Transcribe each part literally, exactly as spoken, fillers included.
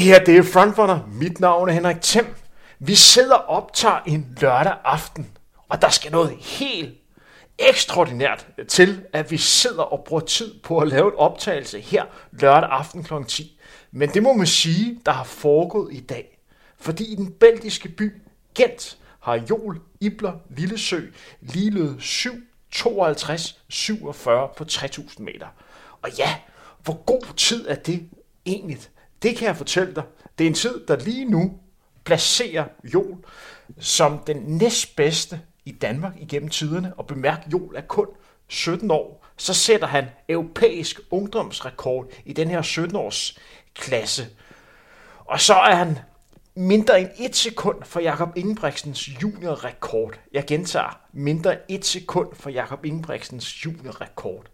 her, det er Frontrunner. Mit navn er Henrik Thiem. Vi sidder og optager en lørdag aften, og der skal noget helt ekstraordinært til, at vi sidder og bruger tid på at lave et optagelse her lørdag aften klokken ti. Men det må man sige, der har foregået i dag. Fordi i den belgiske by Gent har Joel Ibler Lillesø lige løbet syv tooghalvtreds syvogfyrre på tre tusind meter. Og ja, hvor god tid er det egentlig? Det kan jeg fortælle dig. Det er en tid, der lige nu placerer Joel som den næstbedste i Danmark igennem tiderne. Og bemærk, Joel er kun sytten år. Så sætter han europæisk ungdomsrekord i den her sytten-års klasse. Og så er han mindre end et sekund for Jakob Ingebrigtsens juniorrekord. Jeg gentager, mindre end et sekund for Jakob Ingebrigtsens juniorrekord.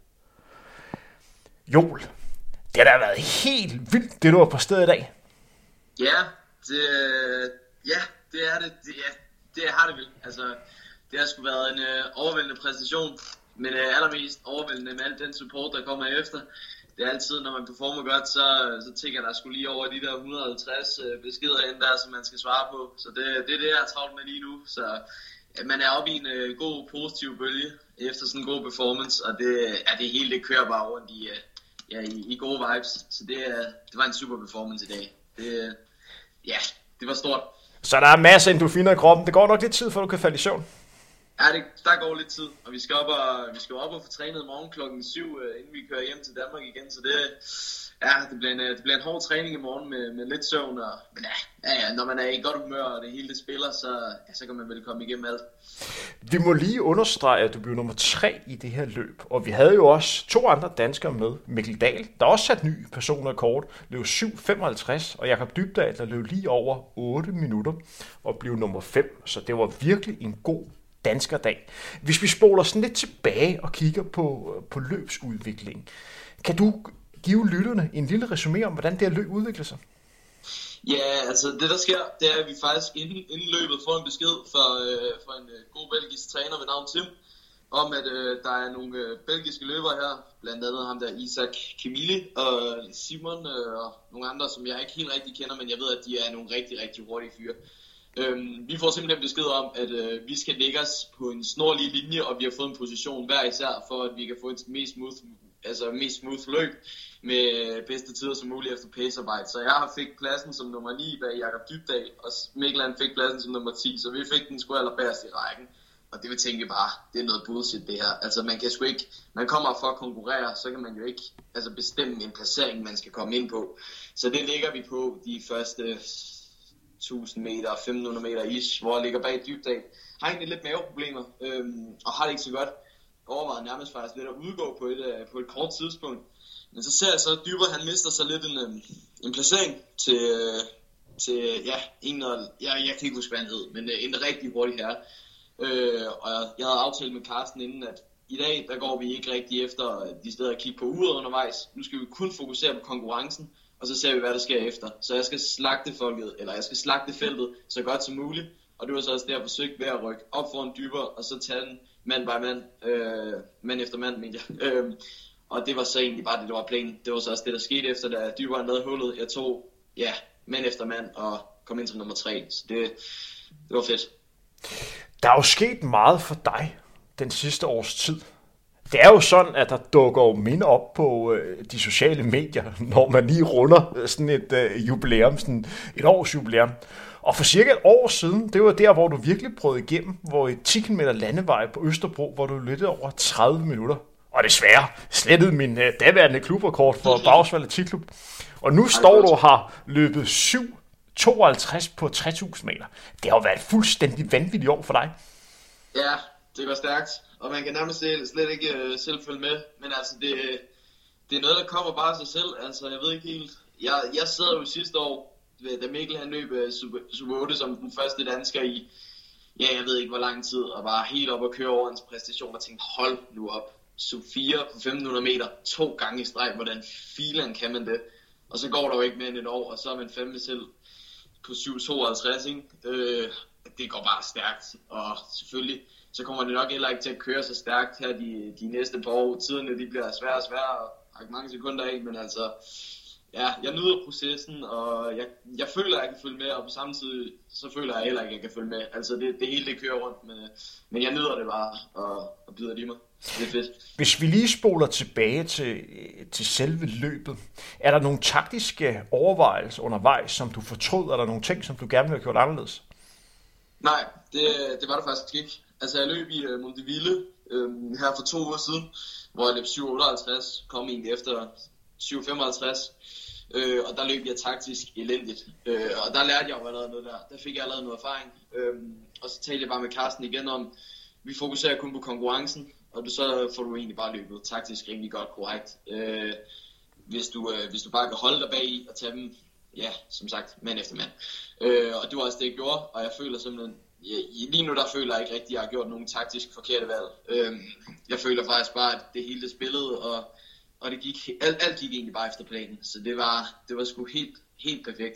Joel, det har da været helt vildt, det du var på stedet i dag. Ja, det, ja, det er det. Det, ja, det har det vel. Altså, det har sgu været en øh, overvældende præstation, men øh, allermest overvældende med al den support, der kommer efter. Det er altid, når man performer godt, så, så tænker der skulle lige over de der et hundrede og halvtreds øh, beskeder ind der, som man skal svare på. Så det, det er det, jeg har travlt med lige nu. Så ja, man er oppe i en øh, god, positiv bølge efter sådan en god performance, og det, ja, det hele det kører bare rundt i, øh, ja, i, i gode vibes. Så det, det var en super performance i dag. Det, ja, det var stort. Så der er masser af endorfiner i kroppen. Det går nok lidt tid, før du kan falde i søvn. Ja, det, der går lidt tid, og vi skal op og, vi skal op og få trænet morgen klokken syv, inden vi kører hjem til Danmark igen. Så det, ja, det bliver en, det bliver en hård træning i morgen med, med lidt søvn. Og, men ja, ja, ja, når man er i godt humør, og det hele det spiller, så, ja, så kan man vel komme igennem alt. Vi må lige understrege, at du blev nummer tre i det her løb. Og vi havde jo også to andre danskere med. Mikkel Dahl, der også sat ny personrekord, løb syv femoghalvtreds, og Jakob Dybdahl, der løb lige over otte minutter og blev nummer fem. Så det var virkelig en god danskerdag. Hvis vi spoler sådan lidt tilbage og kigger på, på løbsudviklingen, kan du give lytterne en lille resumé om, hvordan det her løb udvikler sig? Ja, altså det der sker, det er, at vi faktisk inden, inden løbet får en besked fra, øh, fra en øh, god belgisk træner ved navn Tim, om at øh, der er nogle øh, belgiske løbere her, blandt andet ham der Isaac Kimili og Simon øh, og nogle andre, som jeg ikke helt rigtig kender, men jeg ved, at de er nogle rigtig, rigtig hurtige fyre. Øhm, vi får simpelthen besked om, at øh, vi skal lægge os på en snorlig linje, og vi har fået en position hver især, for at vi kan få et mest smooth, altså mest smooth løb med bedste tider som muligt efter pacearbejde. Så jeg fik pladsen som nummer ni bag Jakob Dybdahl, og Mikkel fik pladsen som nummer ti, så vi fik den sgu allerbærst i rækken. Og det vil tænke bare, det er noget bullshit det her. Altså man kan sgu ikke, man kommer for at konkurrere, så kan man jo ikke altså bestemme en placering, man skal komme ind på. Så det ligger vi på de første tusind meter, femten hundrede meter ish, hvor jeg ligger bag Dybdahl. Har egentlig lidt maveproblemer, øhm, og har det ikke så godt. Overvejet nærmest faktisk lidt at udgå på et, uh, på et kort tidspunkt. Men så ser jeg så, at Dybdahl han mister så lidt en, um, en placering til, uh, til ja, en, og, ja, jeg kan ikke huske, hvad han hed, men uh, en rigtig hurtig herre. Uh, og jeg havde aftalt med Carsten inden, at i dag, der går vi ikke rigtig efter de steder at kigge på uret undervejs. Nu skal vi kun fokusere på konkurrencen, og så ser vi, hvad der sker efter. Så jeg skal slagte folket, eller jeg skal slagte feltet så godt som muligt. Og det var så også det, jeg forsøgte ved at rykke op foran Dybdahl, og så tage den mand by mand, øh, mand efter mand, mener jeg. Øh, og det var så egentlig bare det, der var planen. Det var så også det, der skete efter, da Dybdahl lavede hullet. Jeg tog, ja, mand efter mand, og kom ind som nummer tre. Så det, det var fedt. Der er jo sket meget for dig den sidste års tid. Det er jo sådan, at der dukker jo minder op på øh, de sociale medier, når man lige runder sådan et øh, jubilæum, sådan et års jubilæum. Og for cirka et år siden, det var der, hvor du virkelig brød igennem, hvor i ti kilometer landevej på Østerbro, hvor du løb over tredive minutter. Og desværre slettede min øh, daværende klubrekord for Bagsværd Atletikklub. Og nu står du og har løbet syv tooghalvtreds på tre tusind meter. Det har jo været et fuldstændig vanvittigt år for dig. Ja, det går stærkt. Og man kan nærmest slet ikke uh, selv følge med, men altså det, det er noget, der kommer bare af sig selv. Altså jeg ved ikke helt, jeg, jeg sad jo sidste år, da Mikkel han løb uh, Super otte som den første dansker i, ja jeg ved ikke hvor lang tid, og var helt op at køre over hans præstation og tænkte hold nu op. Sub fire på femten hundrede meter, to gange i streg, hvordan filen kan man det? Og så går der jo ikke mere end et år, og så er man fandme selv på syv tooghalvtreds, ikke? Øh, det går bare stærkt, og selvfølgelig så kommer det nok heller ikke til at køre så stærkt her de, de næste par år. Tiderne de bliver svære og svære, og har ikke mange sekunder af, men altså, ja, jeg nyder processen, og jeg, jeg føler, at jeg kan følge med, og på samme tid, så føler jeg heller ikke, at jeg kan følge med. Altså, det, det hele, det kører rundt, men, men jeg nyder det bare, og, og bider det i mig. Det er fedt. Hvis vi lige spoler tilbage til, til selve løbet, er der nogle taktiske overvejelser undervejs, som du fortrød, eller nogle ting, som du gerne ville have gjort anderledes? Nej, det, det var der faktisk ikke. Altså, jeg løb i uh, Montevideo øh, her for to uger siden, hvor jeg løb syv otteoghalvtreds, kom egentlig efter syv femoghalvtreds, øh, og der løb jeg taktisk elendigt. Øh, og der lærte jeg jo allerede noget der. Der fik jeg allerede noget erfaring. Øh, og så talte jeg bare med Carsten igen om, vi fokuserer kun på konkurrencen, og du, så får du egentlig bare løbet taktisk rimelig godt korrekt. Øh, hvis, du, øh, hvis du bare kan holde dig bag i og tage dem, ja, som sagt, mand efter mand. Øh, og det var også det, jeg gjorde, og jeg føler simpelthen, ja, lige nu der føler jeg ikke rigtigt, at jeg har gjort nogen taktisk forkerte valg. Øh, jeg føler faktisk bare, at det hele det spillede, og, og det gik, alt, alt gik egentlig bare efter planen. Så det var, det var sgu helt, helt perfekt.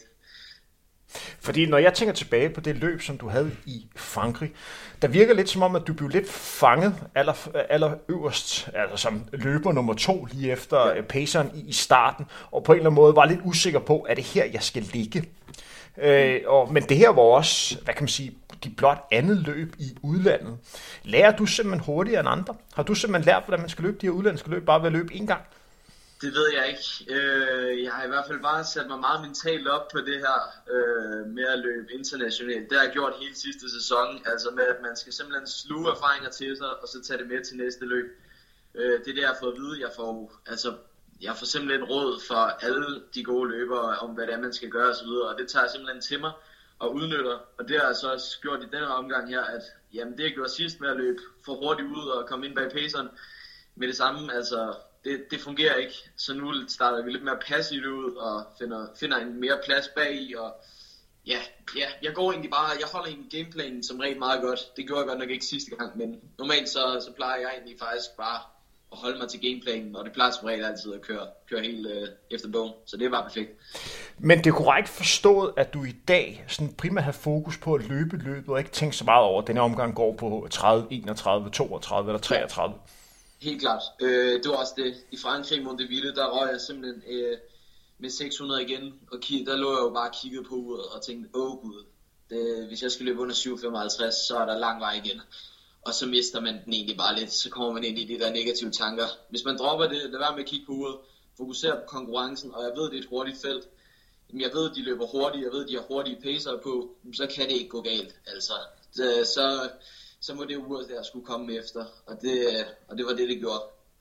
Fordi når jeg tænker tilbage på det løb, som du havde i Frankrig, der virker lidt som om, at du blev lidt fanget aller, aller øverst, altså som løber nummer to lige efter ja. paceren i, i starten, og på en eller anden måde var lidt usikker på, at det her, jeg skal ligge. Øh, og, men det her var også, hvad kan man sige, de blot andet løb i udlandet. Lærer du simpelthen hurtigere end andre? Har du simpelthen lært, hvordan man skal løbe de her udlandske løb, bare ved at løbe en gang? Det ved jeg ikke. Øh, jeg har i hvert fald bare sat mig meget mentalt op på det her øh, med at løbe internationalt. Det har jeg gjort hele sidste sæson, altså med at man skal simpelthen sluge erfaringer til sig, og så tage det med til næste løb. Øh, det er det, jeg har fået at vide. Jeg får, altså, jeg får simpelthen råd fra alle de gode løbere om, hvad det er, man skal gøre osv., og det tager jeg simpelthen til mig og udnytter. Og det har jeg så også gjort i denne omgang her, at jamen, det jeg gjorde sidst med at løbe for hurtigt ud og komme ind bag paceren med det samme, altså det, det fungerer ikke. Så nu starter vi lidt mere passivt ud og finder, finder en mere plads bag i, og ja, ja, jeg går egentlig bare, jeg holder egentlig gameplanen som regel meget godt. Det gjorde jeg godt nok ikke sidste gang, men normalt så, så plejer jeg egentlig faktisk bare at holde mig til gameplanen, og det plejer som regel altid at køre, køre helt øh, efter bogen, så det er bare perfekt. Men det er korrekt forstået, at du i dag sådan primært har fokus på at løbe løbet, og ikke tænke så meget over, at denne omgang går på tredive, enogtredive, toogtredive eller treogtredive. Ja, helt klart. Øh, det var også det. I Frankrig, Montevideo, der røg jeg simpelthen øh, med seks hundrede igen, og kig, der lå jeg jo bare og kiggede på uret og tænkte, åh gud, det, hvis jeg skal løbe under syv femoghalvtreds, så er der lang vej igen. Og så mister man den egentlig bare lidt, så kommer man ind i de der negative tanker. Hvis man dropper det, lad være med at kigge på uret, fokusere på konkurrencen, og jeg ved, det er et hurtigt felt. Jeg ved, de løber hurtigt, jeg ved, de har hurtige pacer på, så kan det ikke gå galt. Altså, det, så, så må det uret der skulle komme efter, og det, og det var det, det gjorde.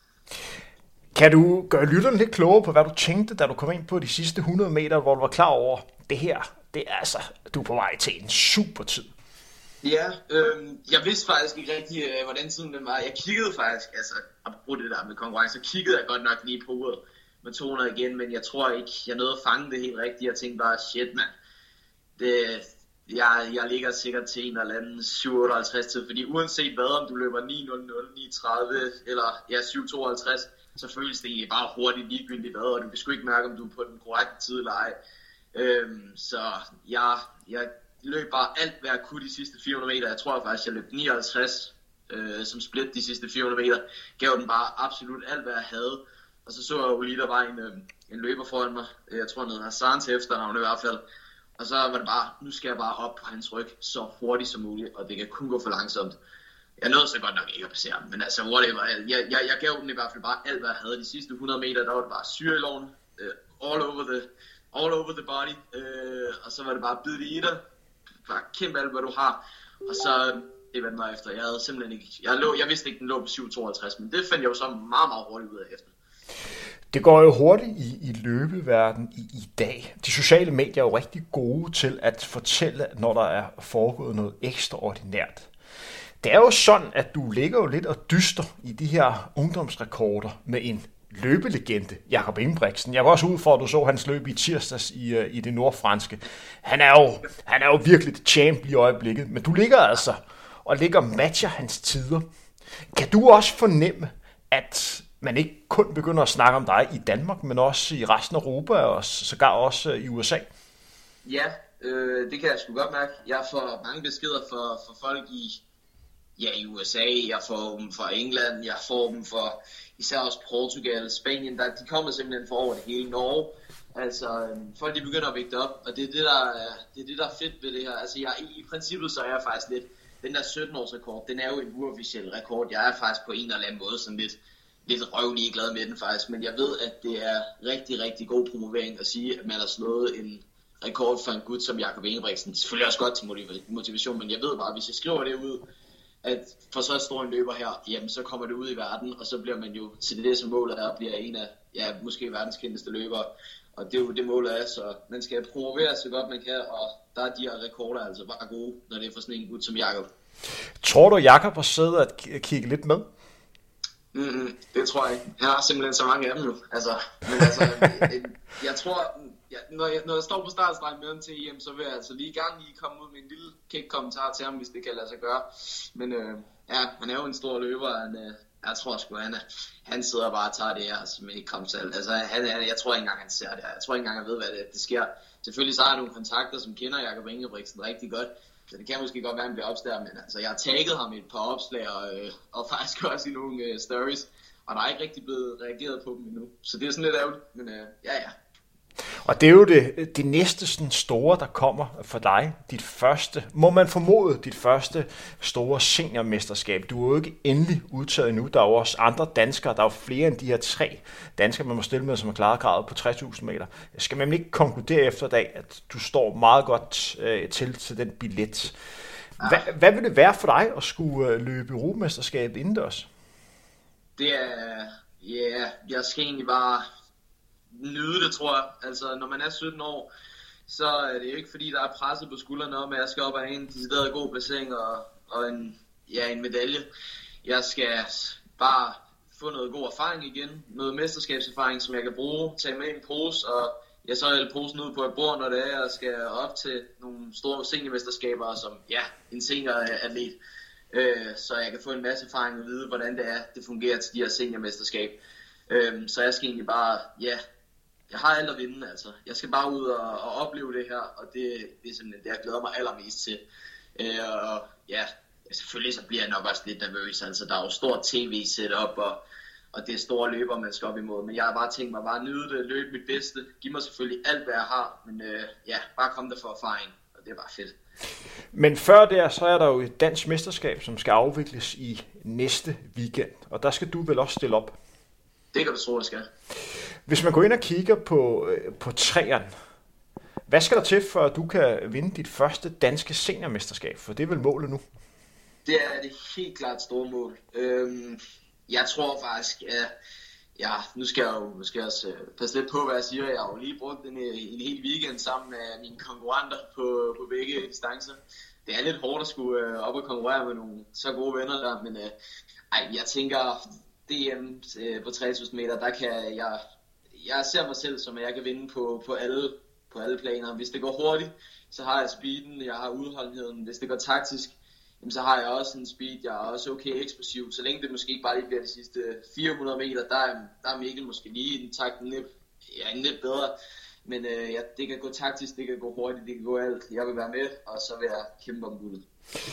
Kan du gøre lytterne lidt klogere på, hvad du tænkte, da du kom ind på de sidste hundrede meter, hvor du var klar over, det her, det er altså, du er på vej til en super tid? Ja, øh, jeg vidste faktisk ikke rigtig, øh, hvordan tiden den var. Jeg kiggede faktisk, altså, apropos det der med konkurrence, så kiggede jeg godt nok lige på uret med to hundrede igen, men jeg tror ikke, jeg nåede at fange det helt rigtigt. Jeg tænkte bare, shit mand, det, jeg, jeg ligger sikkert til en eller anden syv otteoghalvtreds tid, fordi uanset hvad, om du løber ni nul nul, ni tredive eller ja, syv tooghalvtreds, så føles det egentlig bare hurtigt ligegyldigt hvad, og du kan sgu ikke mærke, om du er på den korrekte tid eller ej. Øh, så jeg, jeg løb bare alt, hvad jeg kunne de sidste fire hundrede meter. Jeg tror faktisk, jeg løb nioghalvtreds øh, som split de sidste fire hundrede meter. Gav den bare absolut alt, hvad jeg havde. Og så så jeg jo lige, der var en, øh, en løber foran mig. Jeg tror, han hed Hassan til efternavn i hvert fald. Og så var det bare, nu skal jeg bare op på hans ryg så hurtigt som muligt, og det kan kun gå for langsomt. Jeg nåede så godt nok ikke at passere ham, men altså whatever. Jeg, jeg, jeg gav den i hvert fald bare alt, hvad jeg havde. De sidste hundrede meter, der var det bare syre i loven. Uh, all over the, all over the body. Uh, og så var det bare bid det i dig. Bare kæmpe alt, hvad du har. Og så, det vendte mig efter. Jeg havde simpelthen ikke, jeg, lå, jeg vidste ikke, den lå på syv tooghalvtreds, men det fandt jeg jo så meget, meget hurtigt ud af efter. Det går jo hurtigt i, i løbeverden i, i dag. De sociale medier er jo rigtig gode til at fortælle, når der er foregået noget ekstraordinært. Det er jo sådan, at du ligger jo lidt og dyster i de her ungdomsrekorder med en løbelegende, Jakob Ingebrigtsen. Jeg var også ude for, at du så hans løb i tirsdags i, i det nordfranske. Han er jo, han er jo virkelig champ i øjeblikket, men du ligger altså og ligger og matcher hans tider. Kan du også fornemme, at man ikke kun begynder at snakke om dig i Danmark, men også i resten af Europa og sågar også i U S A? Ja, øh, det kan jeg sgu godt mærke. Jeg får mange beskeder fra, fra folk i, ja, i U S A, jeg får dem fra England, jeg får dem fra især også Portugal, Spanien, der, de kommer simpelthen fra over det hele. Norge Altså, øhm, folk de begynder at vægte op, og det er det, der er, det er det, der er fedt ved det her. Altså, jeg, i, i princippet så er jeg faktisk lidt, den der sytten-års rekord, den er jo en uofficiel rekord. Jeg er faktisk på en eller anden måde sådan lidt, lidt røvlig glad med den faktisk, men jeg ved, at det er rigtig, rigtig god promovering at sige, at man har slået en rekord for en gut som Jakob Ingebrigtsen. Selvfølgelig også godt til motivation, men jeg ved bare, at hvis jeg skriver det ud, at for så stor en løber her, jamen så kommer det ud i verden, og så bliver man jo til det som målet er, og bliver en af, ja, måske verdens kendteste løbere. Og det er jo det målet er, så man skal promovere så godt man kan, og der er de her rekorder altså bare gode, når det er for sådan en gut som Jakob. Tror du, Jakob har siddet og kigge lidt med? Mm, det tror jeg ikke. Han har simpelthen så mange af dem jo. Altså, men altså, jeg tror, ja, når, jeg, når jeg står på startstregen med ham til E M, så vil jeg altså lige gerne lige komme ud med en lille kæk-kommentar til ham, hvis det kan lade sig gøre. Men øh, ja, han er jo en stor løber, han, øh, jeg tror sgu, han, han sidder bare og tager det her altså, med et kramsalt. Altså, han, jeg tror ikke engang, han ser det her. Jeg tror ikke engang, han ved, hvad det, det sker. Selvfølgelig så har jeg nogle kontakter, som kender Jakob Ingebrigtsen rigtig godt. Så det kan måske godt være, at han bliver opstået, men altså, jeg har tagget ham i et par opslag, og, øh, og faktisk også i nogle øh, stories, og der er ikke rigtig blevet reageret på dem endnu. Så det er sådan lidt ærgerligt, men øh, ja, ja. Og det er jo det, det næste sådan store, der kommer for dig. Dit første, må man formode, dit første store seniormesterskab. Du er jo ikke endelig udtaget endnu. Der er jo også andre danskere. Der er jo flere end de her tre danskere, man må stille med, som har klaret gradet på tres tusind meter. Skal man ikke konkludere efter dag, at du står meget godt øh, til til den billet? Hva, hvad vil det være for dig at skulle øh, løbe Europamesterskabet indendørs? Det er, ja, yeah, jeg skal egentlig bare nyde det, tror jeg. Altså, når man er sytten år, så er det jo ikke fordi, der er presset på skuldrene om, at jeg skal op og have en decideret god placering og, og en, ja, en medalje. Jeg skal bare få noget god erfaring igen, noget mesterskabserfaring, som jeg kan bruge, tage med i en pose, og jeg så hælde posen ud på et bord, når det er, jeg skal op til nogle store seniormesterskaber, som, ja, en senioratlet, øh, så jeg kan få en masse erfaring og vide, hvordan det er, det fungerer til de her seniormesterskab. Øh, så jeg skal egentlig bare, ja, jeg har alt at vinde, altså. Jeg skal bare ud og, og opleve det her, og det, det er simpelthen det, jeg glæder mig allermest til. Øh, og ja, selvfølgelig så bliver jeg nok også lidt nervøs, altså der er jo stort tv-setup, og, og det er store løber, man skal op imod, men jeg har bare tænkt mig bare at nyde det, løbe mit bedste, give mig selvfølgelig alt, hvad jeg har, men øh, ja, bare komme der for erfaring, og det er bare fedt. Men før der, så er der jo et dansk mesterskab, som skal afvikles i næste weekend, og der skal du vel også stille op? Det kan du tro, jeg skal. Hvis man går ind og kigger på, på træerne, hvad skal der til, for at du kan vinde dit første danske seniormesterskab? For det er vel målet nu? Det er det helt klart store mål. Øhm, jeg tror faktisk, at ja, nu skal jeg jo nu skal jeg også passe lidt på, hvad jeg siger. Jeg har jo lige brugt en, en hel weekend sammen med mine konkurrenter på, på begge distancer. Det er lidt hårdt at skulle op og konkurrere med nogle så gode venner der, men øh, ej, jeg tænker, D M på tre tusind meter, der kan jeg, jeg ser mig selv som, at jeg kan vinde på, på, alle, på alle planer. Hvis det går hurtigt, så har jeg speeden, jeg har udholdenheden. Hvis det går taktisk, så har jeg også en speed, jeg er også okay eksplosiv. Så længe det måske ikke bare lige bliver de sidste fire hundrede meter, der er, der er Mikkel måske lige en takt lidt, ja, lidt bedre. Men øh, ja, det kan gå taktisk, det kan gå hurtigt, det kan gå alt. Jeg vil være med, og så vil jeg kæmpe om guldet.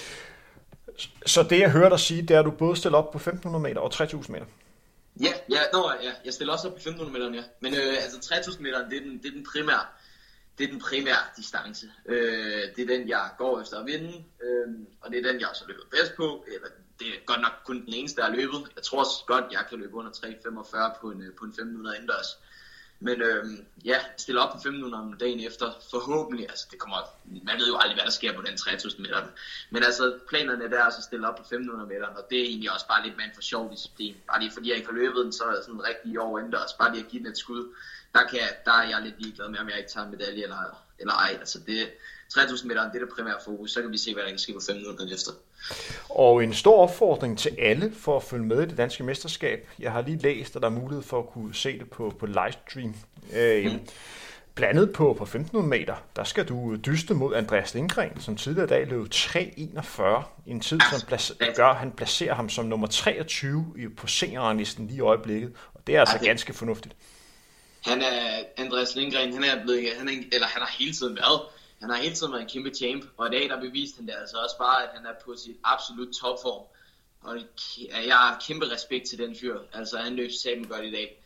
Så det jeg hører dig sige, det er, at du både stiller op på femten hundrede meter og tre tusind meter? Ja, ja, nå, ja, jeg stiller også op på femten hundrede meteren, ja. Men øh, altså tre tusind meteren, det er den, det er den primære, det er den primære distance. Øh, det er den, jeg går efter at vinde, øh, og det er den, jeg også har løbet bedst på. Eller, det er godt nok kun den eneste, der har løbet. Jeg tror også godt, jeg kan løbe under tre femogfyrre på en, på en femten hundrede indendørs. Men øh, ja, stille op på femten hundrede om dagen efter, forhåbentlig, altså det kommer, man ved jo aldrig, hvad der sker på den tre tusind meter. Men altså, planerne der er så stille op på femten hundrede meter, og det er egentlig også bare lidt med en for sjov disciplin. Bare lige fordi jeg ikke har løbet den, så er jeg sådan rigtig over indendørs, bare lige at give den et skud. Der, kan, der er jeg lidt ligeglad med, om jeg ikke tager en medalje eller, eller ej. Altså det, tre tusind meter, det er det primære fokus, så kan vi se, hvad der kan ske på femten hundrede efter. Og en stor opfordring til alle for at følge med i det danske mesterskab. Jeg har lige læst, at der er mulighed for at kunne se det på, på livestream. Øh, mm. Blandet på, på femten hundrede meter, der skal du dyste mod Andreas Lindgren, som tidligere i dag løb tre enogfyrre. En tid, som placer, gør, han placerer ham som nummer treogtyve på seniorranglisten lige i øjeblikket. Og det er altså okay. Ganske fornuftigt. Han er, Andreas Lindgren, han er blevet, han er, eller han har hele tiden været, han har hele tiden været en kæmpe champ, og i dag der beviste han det altså også bare, at han er på sit absolut topform. Og jeg har kæmpe respekt til den fyr, altså han løb sammen godt i dag.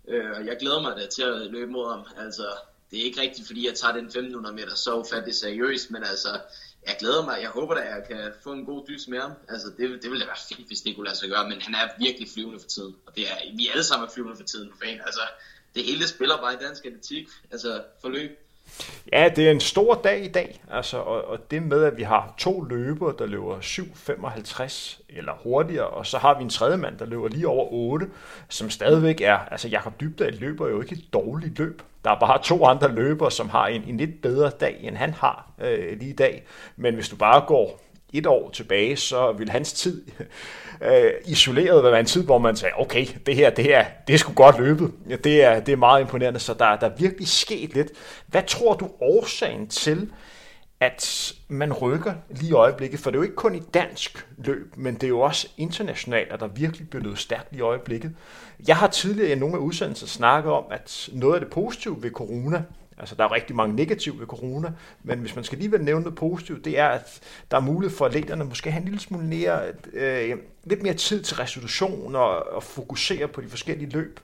Øh, og jeg glæder mig da til at løbe mod ham. Altså, det er ikke rigtigt, fordi jeg tager den femten hundrede meter så ufattigt seriøst, men altså, jeg glæder mig. Jeg håber da, at jeg kan få en god dys med ham. Altså, det, det ville da være fint, hvis det kunne lade sig gøre, men han er virkelig flyvende for tiden. Og det er, vi alle sammen er flyvende for tiden på banen. Altså, det hele spiller bare i dansk atletik, altså forløb. Ja, det er en stor dag i dag, altså, og, og det med, at vi har to løbere, der løber syv femoghalvtreds eller hurtigere, og så har vi en tredje mand, der løber lige over otte, som stadigvæk er, altså Jakob Dybdahl løber jo ikke et dårligt løb. Der er bare to andre løbere, som har en, en lidt bedre dag, end han har øh, lige i dag. Men hvis du bare går et år tilbage, så vil hans tid øh, isoleret være en tid, hvor man sagde, okay, det her, det her, det er sgu godt løbet. Det er, det er meget imponerende, så der, der er virkelig sket lidt. Hvad tror du årsagen til, at man rykker lige i øjeblikket? For det er jo ikke kun i dansk løb, men det er jo også internationalt, at der virkelig bliver løbet stærkt i øjeblikket. Jeg har tidligere i nogle af udsendelser snakket om, at noget af det positive ved corona, altså der er rigtig mange negative ved corona, men hvis man skal alligevel nævne noget positivt, det er, at der er mulighed for atleterne måske have en lille smule mere, øh, lidt mere tid til restitution og, og fokusere på de forskellige løb.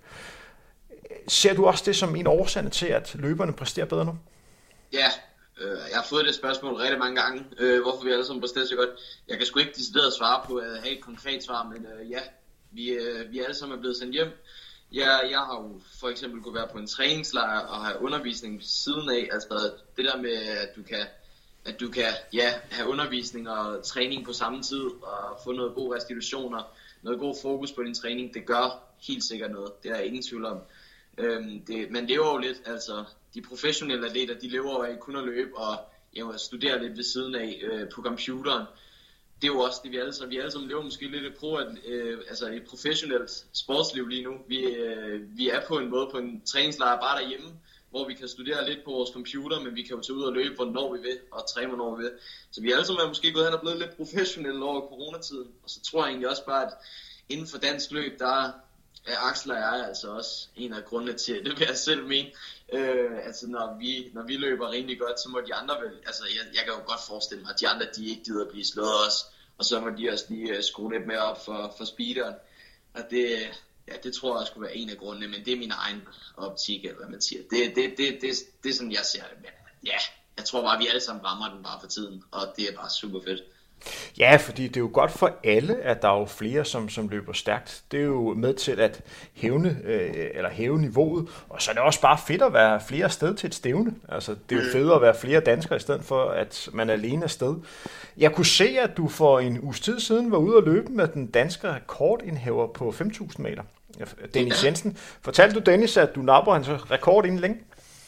Ser du også det som en årsag til, at løberne præsterer bedre nu? Ja, øh, jeg har fået det spørgsmål rigtig mange gange, øh, hvorfor vi alle sammen præsterer så godt. Jeg kan sgu ikke decideret svare på at have et konkret svar, men øh, ja, vi, øh, vi alle sammen er blevet sendt hjem. Ja, jeg har jo for eksempel kunne være på en træningslejr og have undervisning ved siden af. Altså det der med, at du kan, at du kan ja, have undervisning og træning på samme tid og få noget god restitution og noget god fokus på din træning, det gør helt sikkert noget. Det er jeg ingen tvivl om. Øhm, det, man lever jo lidt, altså de professionelle atleter, de lever jo af kun at løbe og ja, studere lidt ved siden af øh, på computeren. Det er jo også det, vi alle sammen, vi alle sammen lever måske lidt et, pro, øh, altså et professionelt sportsliv lige nu. Vi, øh, vi er på en måde på en træningslejr bare derhjemme, hvor vi kan studere lidt på vores computer, men vi kan jo tage ud og løbe, hvornår vi vil, og træne, hvornår vi vil. Så vi alle sammen er måske gået hen og blevet lidt professionelle over coronatiden. Og så tror jeg egentlig også bare, at inden for dansk løb, der er Axel og jeg altså også en af grundene til, det vil jeg selv mene. Øh, altså når vi, når vi løber rimelig godt, så må de andre vel, altså jeg, jeg kan jo godt forestille mig, at de andre, de ikke gider at blive slået også, og så må de også lige skrue lidt mere op for, for speederen. Og det, ja, det tror jeg skulle være en af grundene, men det er min egen optik, eller hvad man siger. Det, det, det, det, det, det er sådan, jeg ser det. Men ja, jeg tror bare, at vi alle sammen rammer den bare for tiden, og det er bare super fedt. Ja, fordi det er jo godt for alle, at der er jo flere, som, som løber stærkt. Det er jo med til at hævne, øh, eller hæve niveauet, og så er det også bare fedt at være flere afsted til et stævne. Altså, det er jo federe at være flere danskere, i stedet for, at man er alene afsted. Jeg kunne se, at du for en uges tid siden var ude at løbe med den danske rekordindhæver på fem tusind meter. Dennis Jensen. Fortalte du Dennis, at du napper hans rekord inden længe?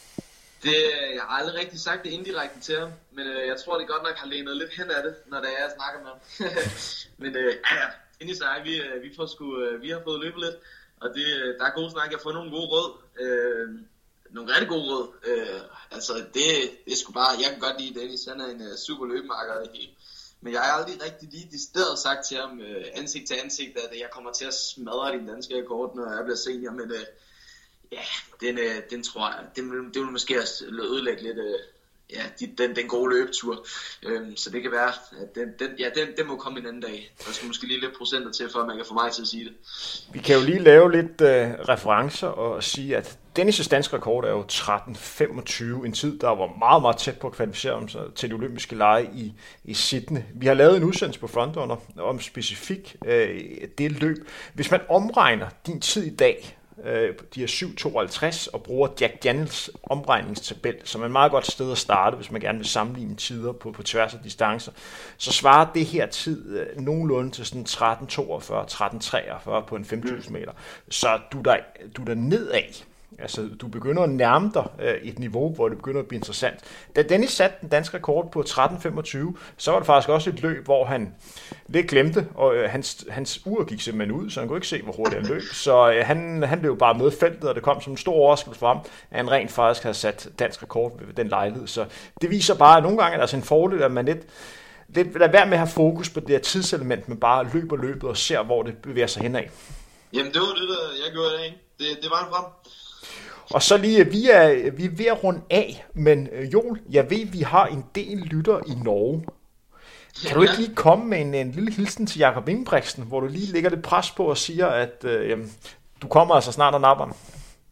Det, jeg har aldrig rigtig sagt det indirekte til ham, men øh, jeg tror det godt nok har lænet lidt hen af det, når det er, jeg snakker med ham. Men øh, ja, Dennis og jeg, vi, vi, får sgu, vi har fået løbet lidt, og det, der er gode snak. Jeg har fået nogle gode råd, øh, nogle rigtig gode råd. Øh, altså det, det er sgu bare, jeg kan godt lide Dennis, han er en uh, super løbemarker. Men jeg har aldrig rigtig lige decideret sagt til ham øh, ansigt til ansigt, at jeg kommer til at smadre din danske rekord, når jeg bliver senior, men øh, ja, den, øh, den tror jeg, den, det vil måske også ødelægge lidt øh, ja, den, den gode løbetur. Øhm, så det kan være, at den, den, ja, den, den må komme en anden dag. Der skal måske lige lidt procenter til, for at man kan få mig til at sige det. Vi kan jo lige lave lidt øh, referencer og sige, at Dennis' danske rekord er jo tretten femogtyve, en tid, der var meget, meget tæt på at kvalificere sig til de olympiske lege i, i Sydney. Vi har lavet en udsendelse på Frontrunner om specifikt øh, det løb. Hvis man omregner din tid i dag, de er syv tooghalvtreds og bruger Jack Daniels omregningstabel, som er et meget godt sted at starte, hvis man gerne vil sammenligne tider på, på tværs af distancer, så svarer det her tid øh, nogenlunde til sådan tretten toogfyrre, tretten treogfyrre på en fem tusind meter. Så du er der, du er der nedad. Altså, du begynder at nærme dig øh, et niveau, hvor det begynder at blive interessant. Da Dennis satte den danske rekord på tretten femogtyve, så var det faktisk også et løb, hvor han lidt glemte, og øh, hans, hans ur gik simpelthen ud, så han kunne ikke se, hvor hurtigt han løb. Så øh, han, han blev bare med feltet, og det kom som en stor overraskelse for ham, at han rent faktisk havde sat dansk rekord ved den lejlighed. Så det viser bare, at nogle gange er der altså en fordel, at man lidt, lidt lader være med at have fokus på det her tidselement, men bare løber løbet og ser, hvor det bevæger sig henad. Jamen, det var det, der jeg gjorde det, ikke? Det, det var en frem. Og så lige, vi er, vi er ved at runde af, men Joel, jeg ved, vi har en del lytter i Norge. Kan du ikke lige komme med en, en lille hilsen til Jakob Ingebrigtsen, hvor du lige lægger lidt pres på og siger, at øh, jamen, du kommer altså snart og napper?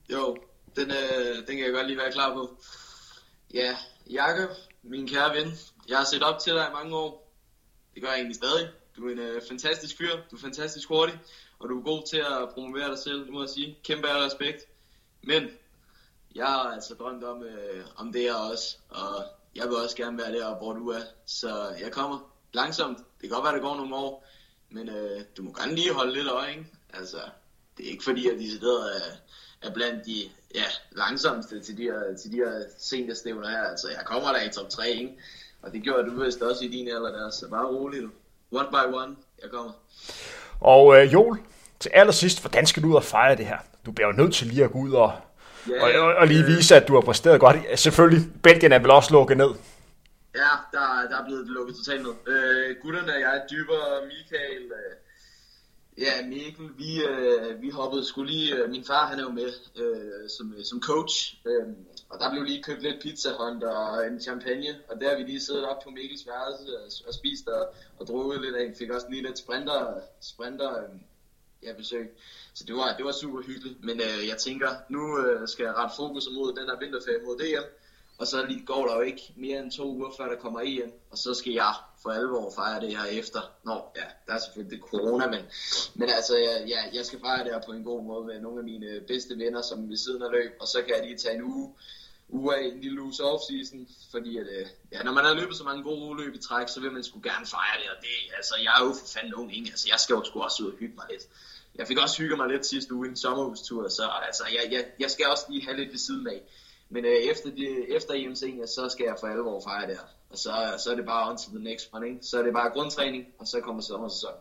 Jo, den, øh, den kan jeg godt lige være klar på. Ja, Jakob, min kære ven, jeg har set op til dig i mange år. Det gør jeg egentlig stadig. Du er en øh, fantastisk fyr, du er fantastisk hurtig, og du er god til at promovere dig selv, det må jeg sige. Kæmpe respekt. Men jeg har altså drømt om, øh, om det her også, og jeg vil også gerne være der, hvor du er. Så jeg kommer langsomt. Det kan godt være, det går nogle år, men øh, du må gerne lige holde lidt øje, ikke? Altså, det er ikke fordi, at de sidder er, er blandt de ja, langsomste til de her, til de her seniorstævner her. Altså, jeg kommer der i top tre, ikke? Og det gjorde du vist også i din alder der, så bare roligt du. One by one, jeg kommer. Og øh, Joel, til allersidst, hvordan skal du ud og fejre det her? Du bliver jo nødt til lige at gå ud og, yeah, og, og, og lige vise, at du har præsteret godt. Selvfølgelig, Belgien er vel også lukket ned. Ja, der, der er blevet lukket totalt ned. Øh, gutterne og jeg, Dyber, Michael, øh, ja, Mikkel, vi, øh, vi hoppede sgu lige, øh, min far han er jo med øh, som, som coach, øh, og der blev lige købt lidt pizzahånd og en champagne, og der har vi lige siddet op på Mikkels værelse og, og spist og, og drukket lidt af. Fik også lige lidt sprinter, sprinter øh, ja, besøg. Så det var, det var super hyggeligt, men øh, jeg tænker, nu øh, skal jeg rette fokus mod den her vinterferie mod D M. Og så lige går der jo ikke mere end to uger før der kommer E M, og så skal jeg for alvor fejre det her efter. Nå, ja, der er selvfølgelig det corona, men, men altså, ja, ja, jeg skal fejre det her på en god måde med nogle af mine bedste venner, som ved siden af løb, og så kan jeg lige tage en uge, uge af en lille uges off-season, fordi at, ja, når man har løbet så mange gode løb i træk, så vil man sgu gerne fejre det, og det, altså, jeg er jo for fanden ung, ikke? Altså, jeg skal jo sgu også ud og hygge mig lidt. Jeg fik også hygget mig lidt sidste uge i en sommerhustur, så altså, jeg, jeg, jeg skal også lige have lidt ved siden af. Men øh, efter, de, efter E M Senior, så skal jeg for alvor fejre det her. Og så, så er det bare on to the next one, ikke? Så er det bare grundtræning, og så kommer sommersæsonen.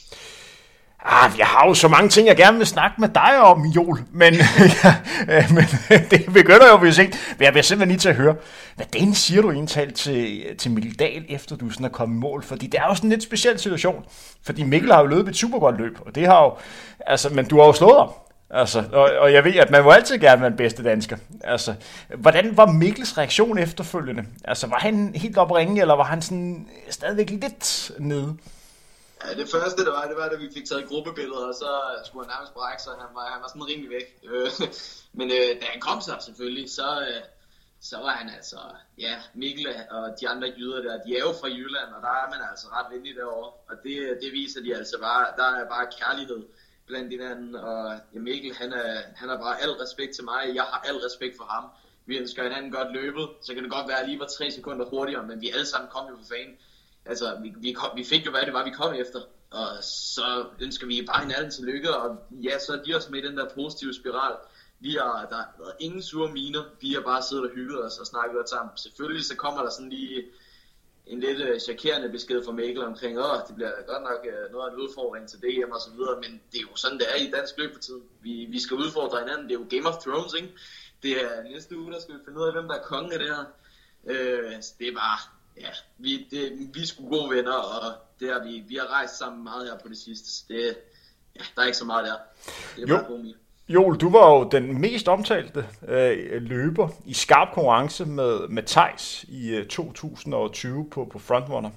Ah, jeg har jo så mange ting, jeg gerne vil snakke med dig om, Joel. Men, ja, men det begynder jo vist ikke. Men jeg vil simpelthen lige til at høre, hvad den siger du egentlig til, til Mikkel Dahl, efter du sådan er kommet i mål? Fordi det er jo sådan en lidt speciel situation. Fordi Mikkel har jo løbet et super godt løb, og det har jo, altså, men du har jo slået ham. Altså, og, og jeg ved, at man må altid gerne være den bedste dansker. Altså, hvordan var Mikkels reaktion efterfølgende? Altså, var han helt op at ringe, eller var han sådan stadigvæk lidt nede? Ja, det første, det var, det var, da vi fik taget gruppebilleder, og så skulle han nærmest brække, så han var, han var sådan rimelig væk. Men øh, da han kom så selvfølgelig, så, øh, så var han altså, ja, Mikkel og de andre jyder der, de er jo fra Jylland, og der er man altså ret venlig derovre. Og det, det viser de altså bare, der er bare kærlighed blandt hinanden, og ja, Mikkel, han, er, han har bare al respekt til mig, jeg har al respekt for ham. Vi ønsker hinanden godt løbet, så kan det godt være, at jeg lige var tre sekunder hurtigere, men vi alle sammen kom jo for fanden. Altså, vi, vi, kom, vi fik jo, hvad det var, vi kom efter, og så ønsker vi bare hinanden til lykke, og ja, så er de også med i den der positive spiral. Vi har, der har været ingen sure miner, vi har bare siddet og hygget os og snakket godt sammen. Selvfølgelig så kommer der sådan lige en lidt uh, chokerende besked fra Mikkel omkring, åh, det bliver godt nok uh, noget af en udfordring til D M og så videre, men det er jo sådan, det er i dansk løb for tiden. Vi, vi skal udfordre hinanden, det er jo Game of Thrones, ikke? Det er næste uge, der skal vi finde ud af, hvem der er konge af det her. Uh, det er bare, ja, vi, det, vi er sgu gode venner, og det er, vi, vi har rejst sammen meget her på det sidste, så det, ja, der er ikke så meget der. Det er jo. bare god mine. Joel, du var jo den mest omtalte øh, løber i skarp konkurrence med, med Theis i øh, to tusind og tyve på, på Frontrunner.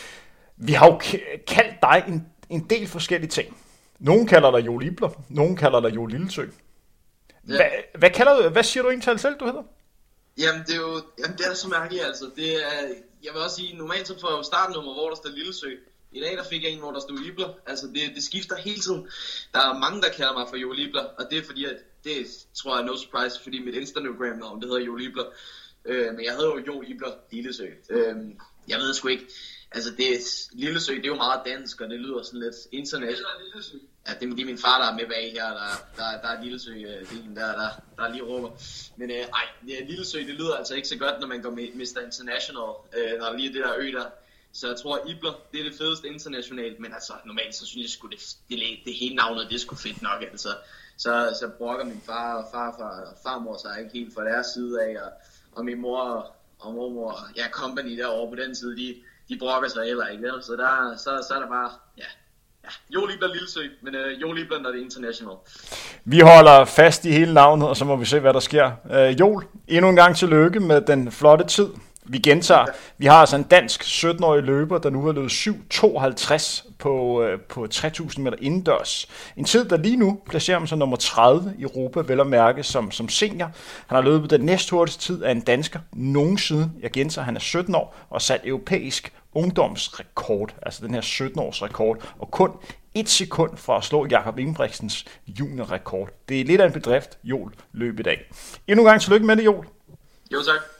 Vi har jo k- kaldt dig en, en del forskellige ting. Nogle kalder dig Joel Ibler, nogle kalder dig Joel Lillesø. Ja. Hva, hvad, kalder du, hvad siger du egentlig selv, du hedder? Jamen, det er jo jamen, det er så mærkeligt, altså. Det er, jeg vil også sige, normalt så får jeg jo startnummer, hvor der står Lillesø. I dag der fik jeg en, hvor der stod Ibler. Altså det, det skifter hele tiden. Der er mange, der kalder mig for Joel Ibler, og det er fordi, at det tror jeg er no surprise, fordi mit Instagram-navn, det hedder Joel Ibler. Øh, men jeg hedder jo Joel Ibler Lillesø. Øh, jeg ved sgu ikke. Altså det, Lillesø, det er jo meget dansk, og det lyder sådan lidt internationalt. Ja, det er, det er min far, der er med bag her, der, der, der er Lillesø, bilen der, der, der lige råber. Men øh, ej, Lillesø, det lyder altså ikke så godt, når man går med mister International, øh, når der lige er det der ø der. Så jeg tror, at Ibler, det er det fedeste internationalt, men altså normalt, så synes jeg sgu, det, det, det hele navnet, det er sgu fedt nok, altså. Så, så brokker min far og farfar og farmor sig ikke helt fra deres side af, og, og min mor og mormor, ja, company derovre på den side, de, de brokker sig heller ikke, så, der, så, så er der bare, ja, ja, Joel Ibler Lillesø, men uh, Joel Ibler, når det er international. Vi holder fast i hele navnet, og så må vi se, hvad der sker. Uh, Joel, endnu en gang tillykke med den flotte tid. Vi gentager. Vi har altså en dansk sytten-årig løber, der nu har løbet syv tooghalvtreds på, øh, på tre tusind meter indendørs. En tid, der lige nu placerer ham som nummer tredive i Europa, vel at mærke som, som senior. Han har løbet den næsthurtigste tid af en dansker nogensinde. Jeg gentager, han er sytten år og sat europæisk ungdomsrekord, altså den her sytten-års rekord, og kun et sekund fra at slå Jakob Ingebrigtsens juniorrekord. Det er lidt af en bedrift, Joel løb i dag. Endnu en gang tillykke med det, Joel. Jo, tak.